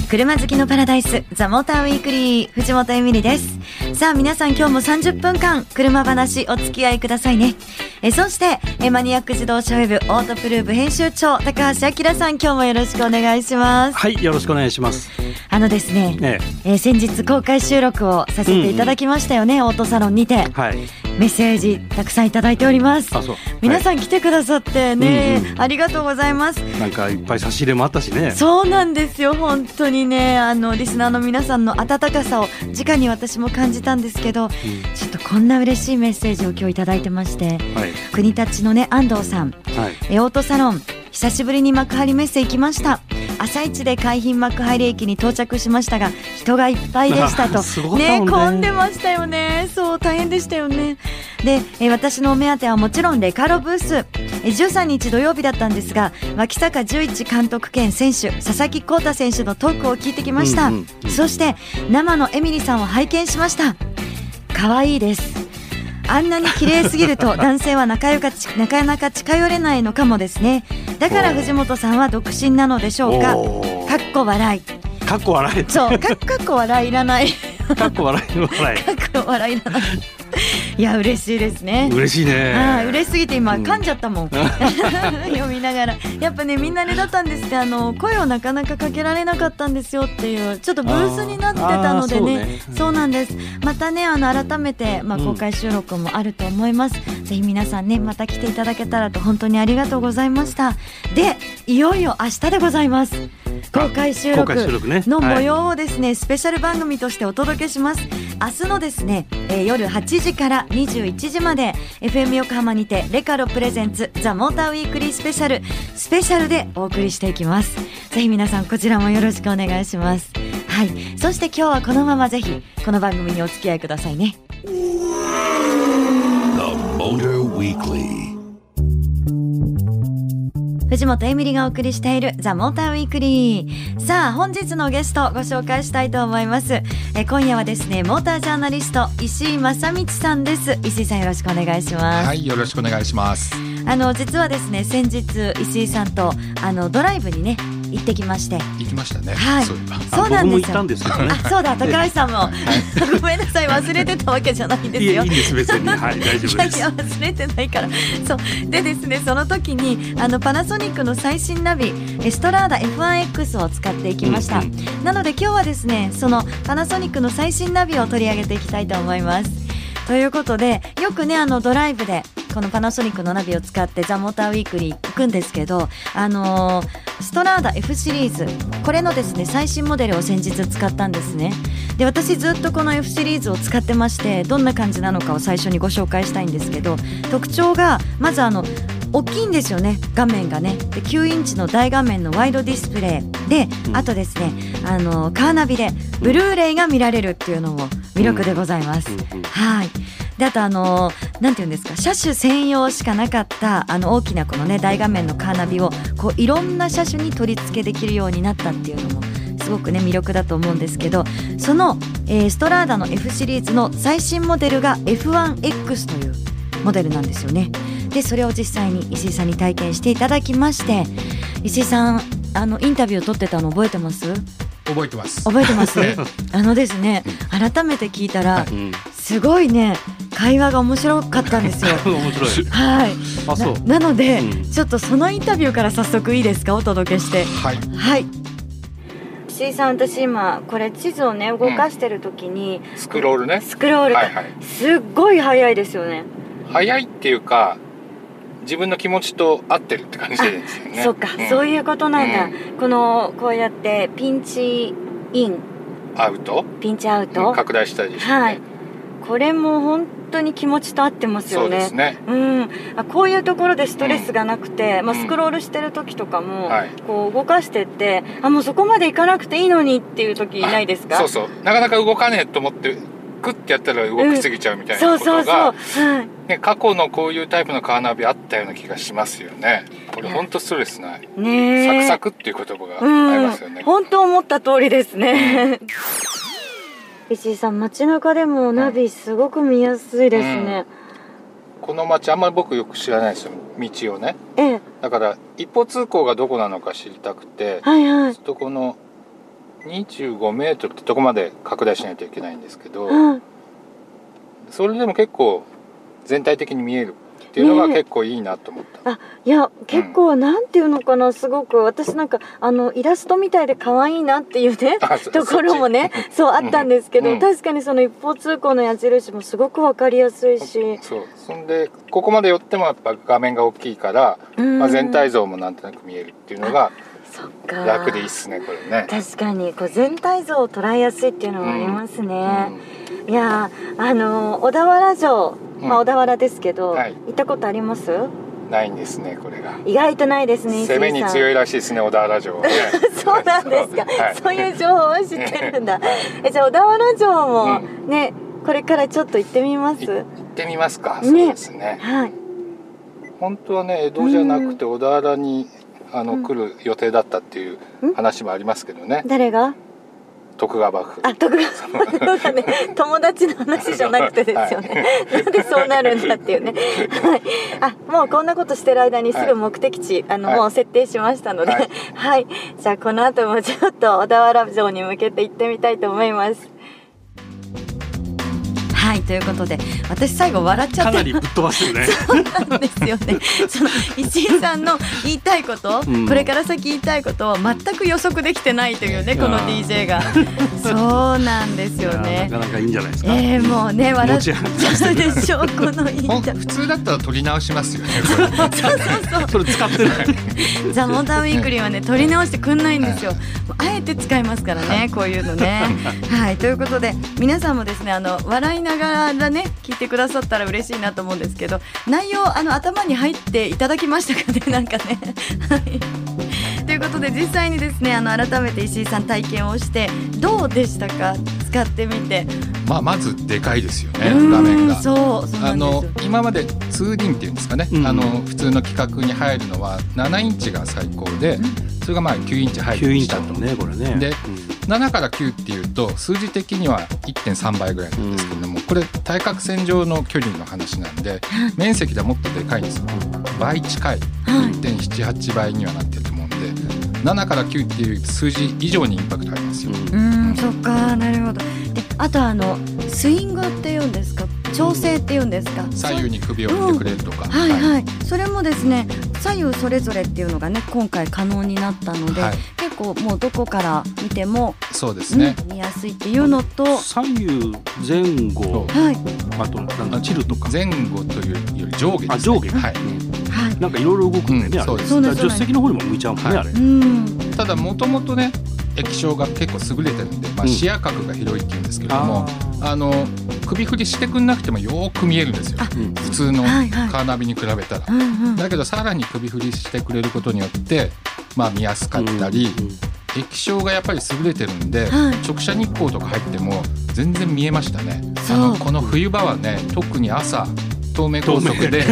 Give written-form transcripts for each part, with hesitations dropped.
車好きのパラダイスザモーターウィークリー、藤本エミリです。さあ皆さん、今日も30分間車話お付き合いくださいね。そしてマニアック自動車ウェブオートプルーブ編集長高橋明さん、今日もよろしくお願いします。 はい、よろしくお願いします。 ですね、先日公開収録をさせていただきましたよね、オートサロンにて、はい、メッセージたくさんいただいております。皆さん来てくださってね、ありがとうございます。 なんかいっぱい差し入れもあったしね。 そうなんですよ、本当にね、リスナーの皆さんの温かさを直に私も感じたんですけど、ちょっとこんな嬉しいメッセージを今日いただいてまして、国立のね安藤さん、オートサロン久しぶりに幕張メッセ行きました。朝一で海浜幕張駅に到着しましたが、人がいっぱいでしたとね、混んでましたよね。そう大変でしたよね。で、私のお目当てはもちろんレカロブース。13日土曜日だったんですが、脇坂十一監督兼選手佐々木浩太選手のトークを聞いてきました。そして生のエミリさんを拝見しました。可愛いです。あんなに綺麗すぎると男性はなかなか近寄れないのかもですね。だから藤本さんは独身なのでしょうか。かっこ笑い。 かっこ笑い。 そうかっこ笑いいらない。 かっこ笑いの笑い。 かっこ笑いいらない。いや嬉しいですね。 嬉しいね。 嬉しすぎて今噛んじゃったもん。読みながらやっぱね、みんなあれだったんですって、声をなかなかかけられなかったんですよっていうちょっとブースになってたのでね。そうなんです。またね改めて、公開収録もあると思います。ぜひ皆さんねまた来ていただけたらと、本当にありがとうございました。でいよいよ明日でございます。公開収録の模様をですね、スペシャル番組としてお届けします。明日のですね、夜8時から21時まで FM 横浜にてレカロプレゼンツザモーターウィークリースペシャルでお送りしていきます。ぜひ皆さんこちらもよろしくお願いします。はい、そして今日はこのままぜひこの番組にお付き合いくださいね。The Motor Weekly、藤本エミリがお送りしているザ・モーターウィークリー。さあ本日のゲストをご紹介したいと思います。今夜はですね、モータージャーナリスト石井正道さんです。石井さん、よろしくお願いします。 はい、よろしくお願いします。 実はですね、先日石井さんとドライブにね行ってきまして。 行きましたね。 はい、そうなんですよ。僕も行ったんですよね。 そうだ、高橋さんも、ごめんなさい、忘れてたわけじゃないんですよ。 いいんです別に、はい、大丈夫です。 いや忘れてないから。そうでですね、その時にパナソニックの最新ナビストラーダ F1X を使っていきました。なので今日はですね、そのパナソニックの最新ナビを取り上げていきたいと思います。ということで、よくねドライブでこのパナソニックのナビを使ってザ・モーターウィークリー行くんですけど、ストラーダ F シリーズ、これのですね最新モデルを先日使ったんですね。で私ずっとこの F シリーズを使ってまして、どんな感じなのかを最初にご紹介したいんですけど、特徴がまず大きいんですよね、画面がね。で9インチの大画面のワイドディスプレイで、あとですねカーナビでブルーレイが見られるっていうのも魅力でございます。はい。であとなんていうんですか、車種専用しかなかった大きなこのね大画面のカーナビをこういろんな車種に取り付けできるようになったっていうのもすごくね魅力だと思うんですけど、その、ストラーダの F シリーズの最新モデルが F1X というモデルなんですよね。でそれを実際に石井さんに体験していただきまして、石井さんインタビューを取ってたの覚えてます？ 覚えてます。 覚えてますですね、改めて聞いたら、すごいね会話が面白かったんですよ。 面白い。 はい。なので、ちょっとそのインタビューから早速いいですか、お届けして。 はい、 はい。石井さん、私今これ地図をね動かしてる時に、 スクロールね、 スクロールがすっごい速いですよね。 速いっていうか自分の気持ちと合ってるって感じですよね。 そうか、そういうことなんだ。こうやってピンチインアウト、 ピンチアウト、 拡大したりしてね。 はい。これも本当に気持ちと合ってますよね。 そうですね。 こういうところでストレスがなくて、スクロールしてる時とかも、こう動かしてってもうそこまで行かなくていいのにっていう時ないですか？ そうそう、なかなか動かねえと思ってクッてやったら動きすぎちゃうみたいなことが、過去のこういうタイプのカーナビあったような気がしますよね。これ本当ストレスない、サクサクっていう言葉がありますよね。 本当思った通りですね。石井さん、街中でもナビすごく見やすいですね。 この街あんまり僕よく知らないですよ、道をね。だから一方通行がどこなのか知りたくて、ちょっとこの 25メートルってとこまで拡大しないといけないんですけど、 うん、 それでも結構全体的に見えるっていうのが結構いいなと思った、 あ、いや結構なんていうのかな、すごく私なんかイラストみたいで可愛いなっていうねところもねそうあったんですけど、確かにその一方通行の矢印もすごく分かりやすいし、 そんでここまで寄ってもやっぱ画面が大きいから、全体像もなんとなく見えるっていうのが楽でいいっすねこれね。 確かにこう全体像を捉えやすいっていうのもありますね、いや小田原城、小田原ですけど、行ったことあります？ ないんですねこれが。 意外とないですね。 攻めに強いらしいですね小田原城はねそうなんですか、そういう情報は知ってるんだじゃあ小田原城もね、これからちょっと行ってみます？行ってみますか、そうですね、本当はね江戸じゃなくて小田原に来る予定だったっていう話もありますけどね。 誰が？ 徳川幕府。 徳川幕府だね。友達の話じゃなくてですよね。なんでそうなるんだっていうね。もうこんなことしてる間にすぐ目的地、もう設定しましたので、はい。じゃあこの後もちょっと小田原城に向けて行ってみたいと思います。はい、ということで私最後笑っちゃってかなりぶっ飛ばしてるねそうなんですよね。その石井さんの言いたいこと、これから先言いたいことを全く予測できてないというね、この DJ がそうなんですよね。 なかなかいいんじゃないですか。 もうね笑っちゃうでしょうこのインタ普通だったら撮り直しますよねそうそれ使ってるザ・モーターウィークリーはね撮り直してくんないんですよ。あえて使いますからねこういうのねはい、ということで皆さんもですね笑いながらね聞いてくださったら嬉しいなと思うんですけど、内容頭に入っていただきましたかねなんかねはいということで実際にですね改めて石井さん体験をしてどうでしたか？使ってみて。 まずでかいですよね画面が。 そうなんですよ。 今まで 2D っていうんですかね、普通の規格に入るのは7インチが最高で、それが9インチ入ってきたと。 ねこれね。 で、7から9っていうと数字的には 1.3 倍ぐらいなんですけども、これ対角線上の距離の話なんで、面積ではもっとでかいんですよ。倍近い 1.78 倍にはなってると思うんで、7から9っていう数字以上にインパクトありますよ。 そっか、なるほど。であとスイングっていうんですか、調整っていうんですか、 左右に首を振ってくれるとか、 それもですね左右それぞれっていうのがね今回可能になったので、結構もうどこから見てもそうですね、 見やすいっていうのと、 左右前後、あとなんかチルとか前後というより上下ですね。 上下、なんかいろいろ動くんだよね、あれ。助手席の方にも向いちゃうもんねあれ。 ただもともとね液晶が結構優れてるんで、視野角が広いっていうんですけれども、首振りしてくんなくてもよーく見えるんですよ、普通のカーナビに比べたら、だけどさらに首振りしてくれることによって見やすかったり、液晶がやっぱり優れてるんで、直射日光とか入っても全然見えましたね。この冬場はね特に朝東名高速で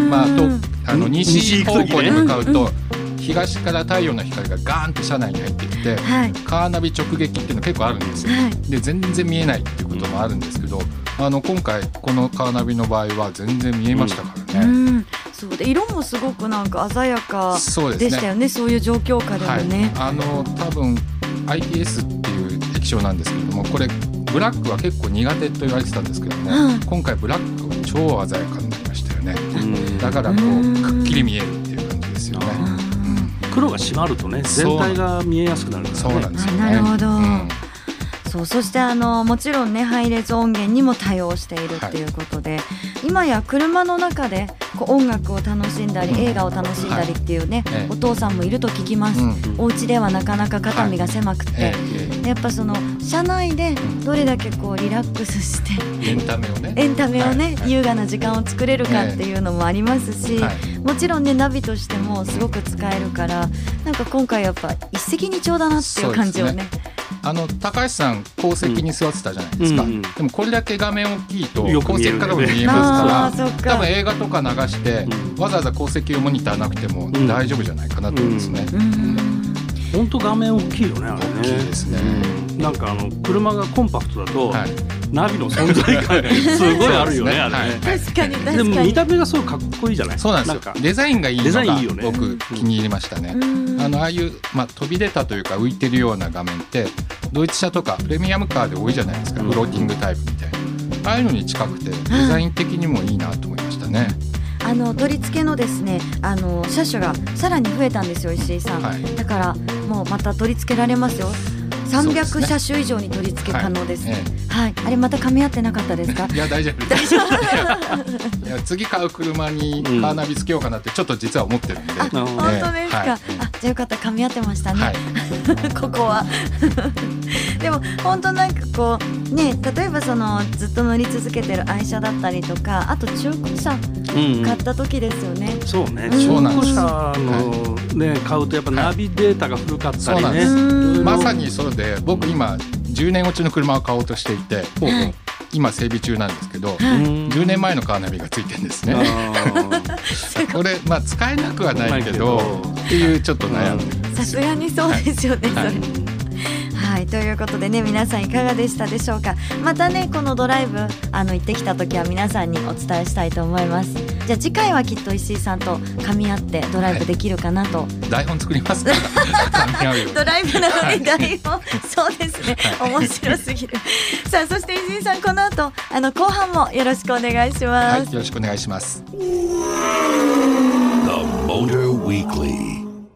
西方向に向かうと東から太陽の光がガーンって車内に入ってきて、カーナビ直撃っていうの結構あるんですよ、で全然見えないっていうこともあるんですけど、今回このカーナビの場合は全然見えましたからね、 そうで色もすごくなんか鮮やかでしたよね、そういう状況下でもね、 多分 IPS っていう液晶なんですけれども、これブラックは結構苦手と言われてたんですけども、今回ブラックは超鮮やかになりましたよね、だからこうくっきり見えるっていう感じですよね。 黒が締まるとね全体が見えやすくなるからね。 そうなんですよね。 なるほど、そしてもちろんねハイレゾ音源にも対応しているっていうことで、今や車の中で音楽を楽しんだり、映画を楽しんだりっていうね、お父さんもいると聞きます、お家ではなかなか肩身が狭くて、やっぱその車内でどれだけリラックスしてエンタメをね、 優雅な時間を作れるかっていうのもありますし、もちろんねナビとしてもすごく使えるから、なんか今回やっぱ一石二鳥だなっていう感じをね。 高橋さん後席に座ってたじゃないですか、でもこれだけ画面大きいと後席からも見えますから、多分映画とか流して、わざわざ後席モニターなくても大丈夫じゃないかなと思いますね。 本当画面大きいよねあれね。 大きいですね。 なんか車がコンパクトだと、ナビの存在感すごいあるよねあれね。 確かにでも見た目がすごいかっこいいじゃない。 そうなんですよ。デザインがいいのが僕気に入りましたね。ああいう飛び出たというか浮いてるような画面ってドイツ車とかプレミアムカーで多いじゃないですか、フローティングタイプみたいな、ああいうのに近くてデザイン的にもいいなと思いましたね。 取り付けのですね車種がさらに増えたんですよ、石井さん、だからもうまた取り付けられますよ。300車種以上に取り付け可能です。あれまた噛み合ってなかったですか？ いや大丈夫です。いや次買う車にカーナビつけようかなってちょっと実は思ってるんで。 本当ですか？じゃあよかった、噛み合ってましたね、ここは。でも本当なんかこうね、例えばそのずっと乗り続けてる愛車だったりとか、あと中古車買った時ですよね。 そうね、中古車のね買うとやっぱナビデータが古かったりね。 まさにそうで、僕今10年落ちの車を買おうとしていて、今整備中なんですけど、10年前のカーナビがついてるんですね。これ使えなくはないけどっていうちょっと悩んでる。 さすがにそうですよね、それ。ということでね、皆さんいかがでしたでしょうか。またねこのドライブ行ってきた時は皆さんにお伝えしたいと思います。じゃあ次回はきっと石井さんと噛み合ってドライブできるかなと、 台本作りますか？噛み合うよドライブなのに台本そうですね、面白すぎる。さあそして石井さん、この後後半もよろしくお願いします。 よろしくお願いします。 The Motor Weekly。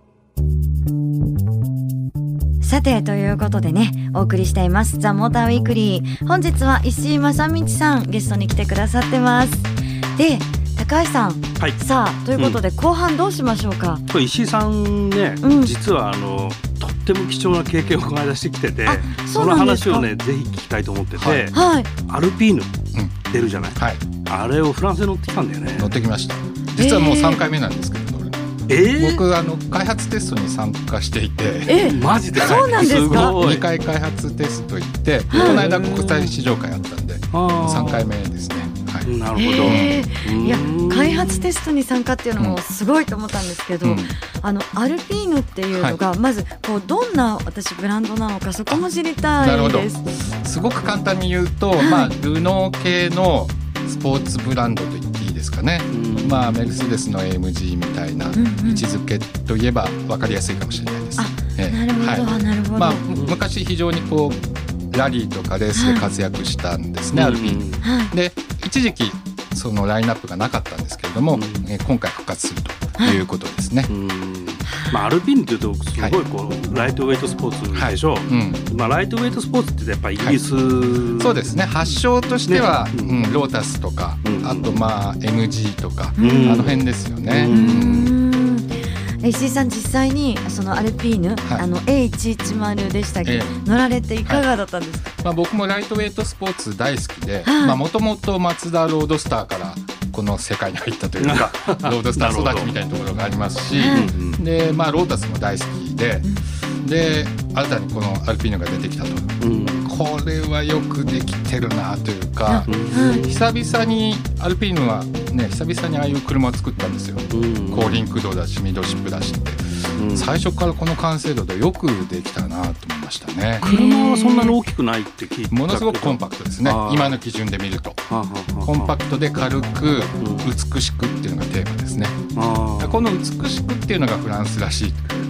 さてということでね、お送りしていますザ・モーターウィークリー。本日は石井正道さんゲストに来てくださってます。で、高橋さん、さあということで、後半どうしましょうか。 これ石井さんね、実はとっても貴重な経験をこの間してきてて、その話をねぜひ聞きたいと思ってて、アルピーヌ出るじゃない、あれをフランスで乗ってきたんだよね。 乗ってきました。実はもう3回目なんですけど、僕開発テストに参加していて、 マジでそうなんですか。 2回開発テスト行って、この間国際試乗会あったんで3回目ですね。 なるほど。 いや開発テストに参加っていうのもすごいと思ったんですけど、アルピーヌっていうのがまずこうどんな私ブランドなのか、そこも知りたいです。 すごく簡単に言うと、ルノー系のスポーツブランドと言っていいですかね。メルセデスの AMG みたいな位置づけといえば分かりやすいかもしれないです。 なるほど、なるほど。 昔非常にこうラリーとかレースで活躍したんですね、アルピーヌ。で一時期そのラインナップがなかったんですけれども、今回復活するということですね。 アルピーヌというとすごいこうライトウェイトスポーツでしょ。ライトウェイトスポーツってやっぱりイギリス、 そうですね。発祥としては、ロータスとか、あとMG とか、あの辺ですよね。 石井さん実際にそのアルピーヌ、A110 でしたっけ、乗られていかがだったんですか？ 僕もライトウェイトスポーツ大好きで、もともとマツダロードスターからこの世界に入ったというかロードスター育ちみたいなところがありますし、で、ロータスも大好きで、新たにこのアルピーヌが出てきたと、これはよくできてるなというか、久々にアルピーヌはね、久々にああいう車を作ったんですよ。後輪駆動だしミッドシップだしって、最初からこの完成度でよくできたなと思いましたね。 車はそんなに大きくないって聞いた。 ものすごくコンパクトですね。今の基準で見るとコンパクトで軽く美しくっていうのがテーマですね。この美しくっていうのがフランスらしい。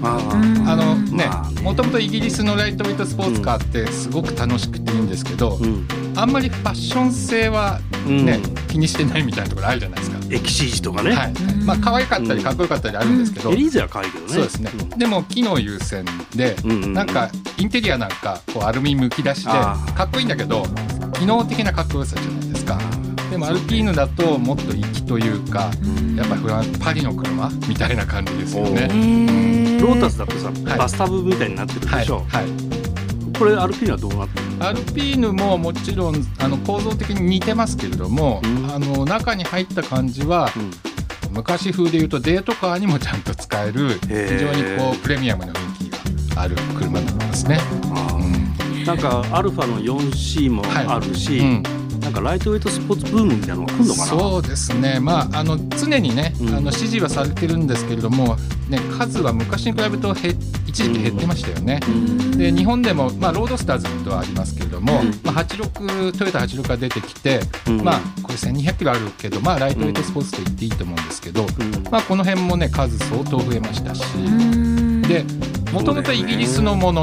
もともとイギリスのライトウェイトスポーツカーってすごく楽しくていいんですけど、あんまりファッション性はね、気にしてないみたいなところあるじゃないですか。 エキシージとかね、 可愛かったりかっこよかったりあるんですけど、 エリーゼは可愛いけどね。 そうですね。でも機能優先で、なんかインテリアなんかこうアルミむき出しでかっこいいんだけど、機能的なかっこよさじゃないですか。でもアルピーヌだともっと粋というか、やっぱパリの車みたいな感じですよね。 ロータスだとさ、バスタブみたいになってるでしょ。これアルピーヌはどうなってるの？ アルピーヌももちろん構造的に似てますけれども、中に入った感じは、昔風でいうとデートカーにもちゃんと使える非常にこうプレミアムな雰囲気がある車になりますね。 なんかアルファの 4C もあるし、なんかライトウェイトスポーツブームみたいなのが来るのかな。 そうですね。常にね、支持はされてるんですけれども、数は昔に比べると一時期減ってましたよね。で日本でも、ロードスターズとはありますけれども、トヨタ86が出てきて、これ1200キロあるけど、ライトウェイトスポーツと言っていいと思うんですけど、この辺もね数相当増えましたし、でもともとイギリスのもの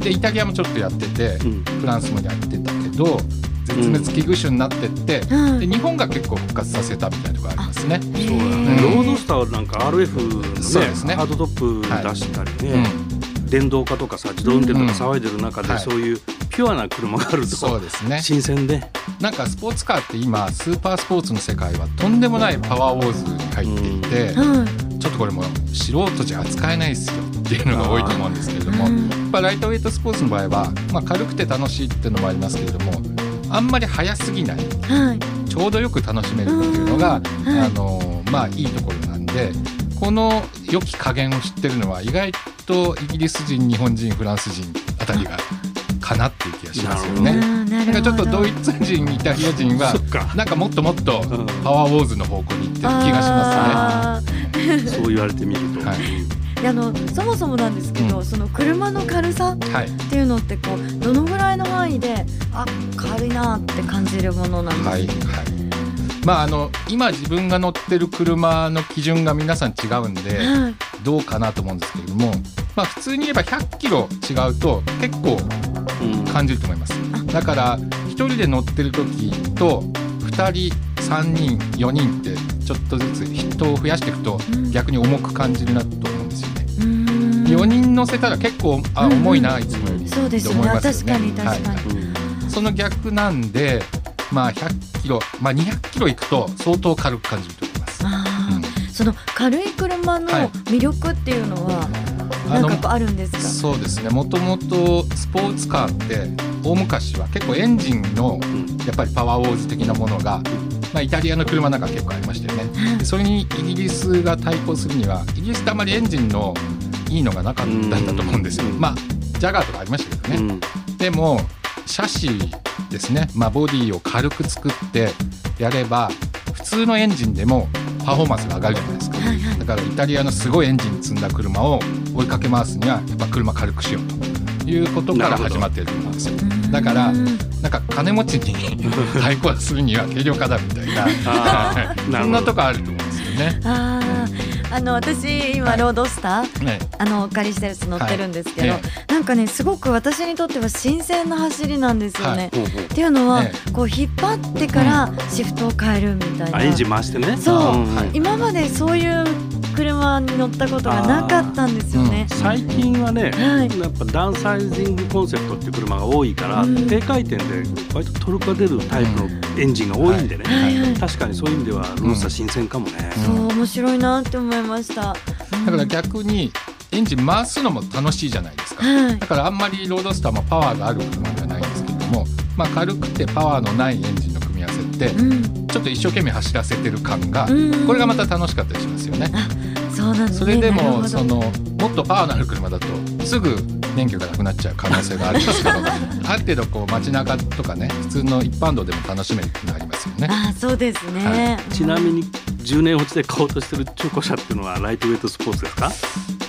でイタリアもちょっとやってて、フランスもやってたけど絶滅危惧種になってって、で日本が結構復活させたみたいなところがありますね。 そうだね、ロードスターなんか RF そうですね、 ハードトップ出したりね、電動化とかさ自動運転とか騒いでる中で、そういうピュアな車があるとそうですね、 新鮮で、 なんかスポーツカーって今スーパースポーツの世界はとんでもないパワーウォーズに入っていて、ちょっとこれも素人じゃ扱えないですよっていうのが多いと思うんですけれども、やっぱライトウェイトスポーツの場合は、軽くて楽しいっていうのもありますけれども、あんまり速すぎない、ちょうどよく楽しめるっていうのが、いいところなんで、この良き加減を知ってるのは意外とイギリス人、日本人、フランス人あたりがかなっていう気がしますよね。なんかちょっとドイツ人、イタリア人はなんかもっともっとパワーウォーズの方向に行ってる気がしますね。 そう言われてみると、 そもそもなんですけど、その車の軽さっていうのってこうどのぐらいの範囲で軽いなって感じるものなんですか？ 今自分が乗ってる車の基準が皆さん違うんで、どうかなと思うんですけれども、普通に言えば100キロ違うと結構感じると思います。だから1人で乗ってる時と2人3人4人ってちょっとずつ人を増やしていくと逆に重く感じるなと思うんですよね。4人乗せたら結構重いな、いつもよりそうですよね。確かに確かに、 その逆なんで、100キロ、200キロいくと相当軽く感じると思います。 その軽い車の魅力っていうのは何かあるんですか？ そうですね、もともとスポーツカーって大昔は結構エンジンのやっぱりパワーウォーズ的なものが、イタリアの車なんか結構ありましたよね。でそれにイギリスが対抗するには、イギリスってあまりエンジンのいいのがなかったんだと思うんですよ。ジャガーとかありましたけどね、でもシャシーですね、ボディを軽く作ってやれば普通のエンジンでもパフォーマンスが上がるじゃないですか。だからイタリアのすごいエンジン積んだ車を追いかけ回すにはやっぱ車軽くしようということから始まっていると思うんですよ。だからなんか金持ちに対抗するには軽量化だみたいなそんなとこあると思うんですよね。 私今ロードスター、お借りしてるやつ乗ってるんですけど、なんかねすごく私にとっては新鮮な走りなんですよね。っていうのは、こう引っ張ってからシフトを変えるみたいな、 エンジン回してね。 そう、今までそういう車に乗ったことがなかったんですよね。 最近はね、やっぱダウンサイジングコンセプトっていう車が多いから、低回転で割とトルクが出るタイプのエンジンが多いんでね、確かにそういう意味ではロースター新鮮かもね。 そう面白いなって思いました。 だから逆にエンジン回すのも楽しいじゃないですか。だからあんまりロードスターもパワーがある車ではないんですけども、軽くてパワーのないエンジンの組み合わせって、ちょっっと一生懸命走らせてる感が、これがまた楽しかったりしますよね。 そうなんですね。 それでももっとパワーのある車だとすぐ免許がなくなっちゃう可能性がありますけどある程度こう街中とかね、普通の一般道でも楽しめるっていうのがありますよね。 あ、そうですね、 はい、ちなみに10年落ちで買おうとしてる中古車っていうのはライトウェイトスポーツですか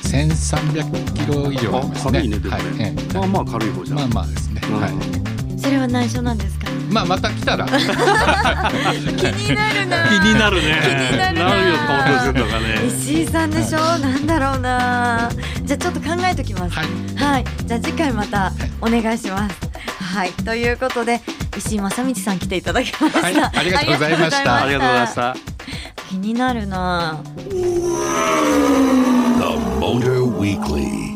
？1300キロ以上ですね。 軽いねでもね、はい、まあ軽い方じゃん。 まあまあですね、はい、 それは内緒なんですか？ また来たら気になるな。 気になるね。 気になるな。 何を買おうとしてるのかね。 石井さんでしょ、なんだろうな。じゃあちょっと考えときます。はい、はい、じゃあ次回またお願いします。はい、ということで石井正道さん来ていただきました、はい、 ありがとうございました。 ありがとうございました。 気になるな。 The Motor Weekly。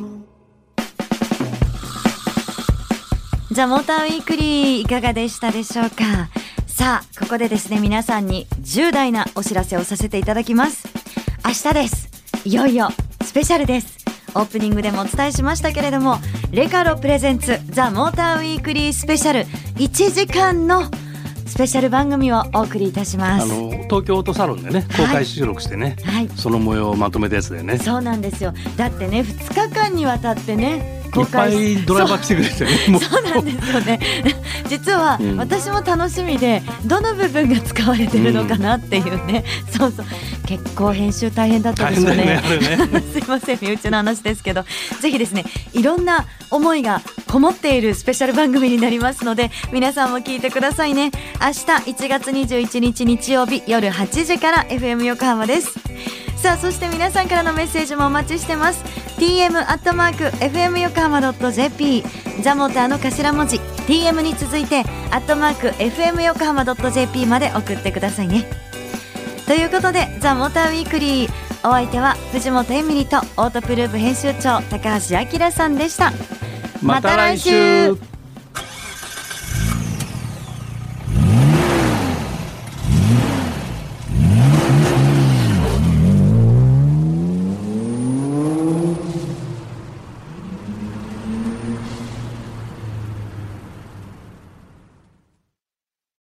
ザ・モーターウィークリーいかがでしたでしょうか。さあここでですね、皆さんに重大なお知らせをさせていただきます。明日です。いよいよスペシャルです。オープニングでもお伝えしましたけれども、レカロプレゼンツザ・モーターウィークリースペシャル1時間のスペシャル番組をお送りいたします。 東京オートサロンでね、公開収録してね、はい、その模様をまとめたやつでね。 そうなんですよ。だってね、2日間にわたってね、 いっぱいドライバー来てくれてね。 そうなんですよね。実は私も楽しみで、どの部分が使われてるのかなっていうね、そうそう、結構編集大変だったでしょうね。すいません、身内の話ですけど、ぜひですね、いろんな思いがこもっているスペシャル番組になりますので、皆さんも聞いてくださいね。明日1月21日日曜日夜8時から FM 横浜です。さあ、そして皆さんからのメッセージもお待ちしてます。tm@fm 横浜.jp ザモーターの頭文字 TM に続いて@FM 横浜 .jp まで送ってくださいね。ということでザ・モーターウィークリー、お相手は藤本エミリとオートプルーブ編集長高橋明さんでした。 また来週。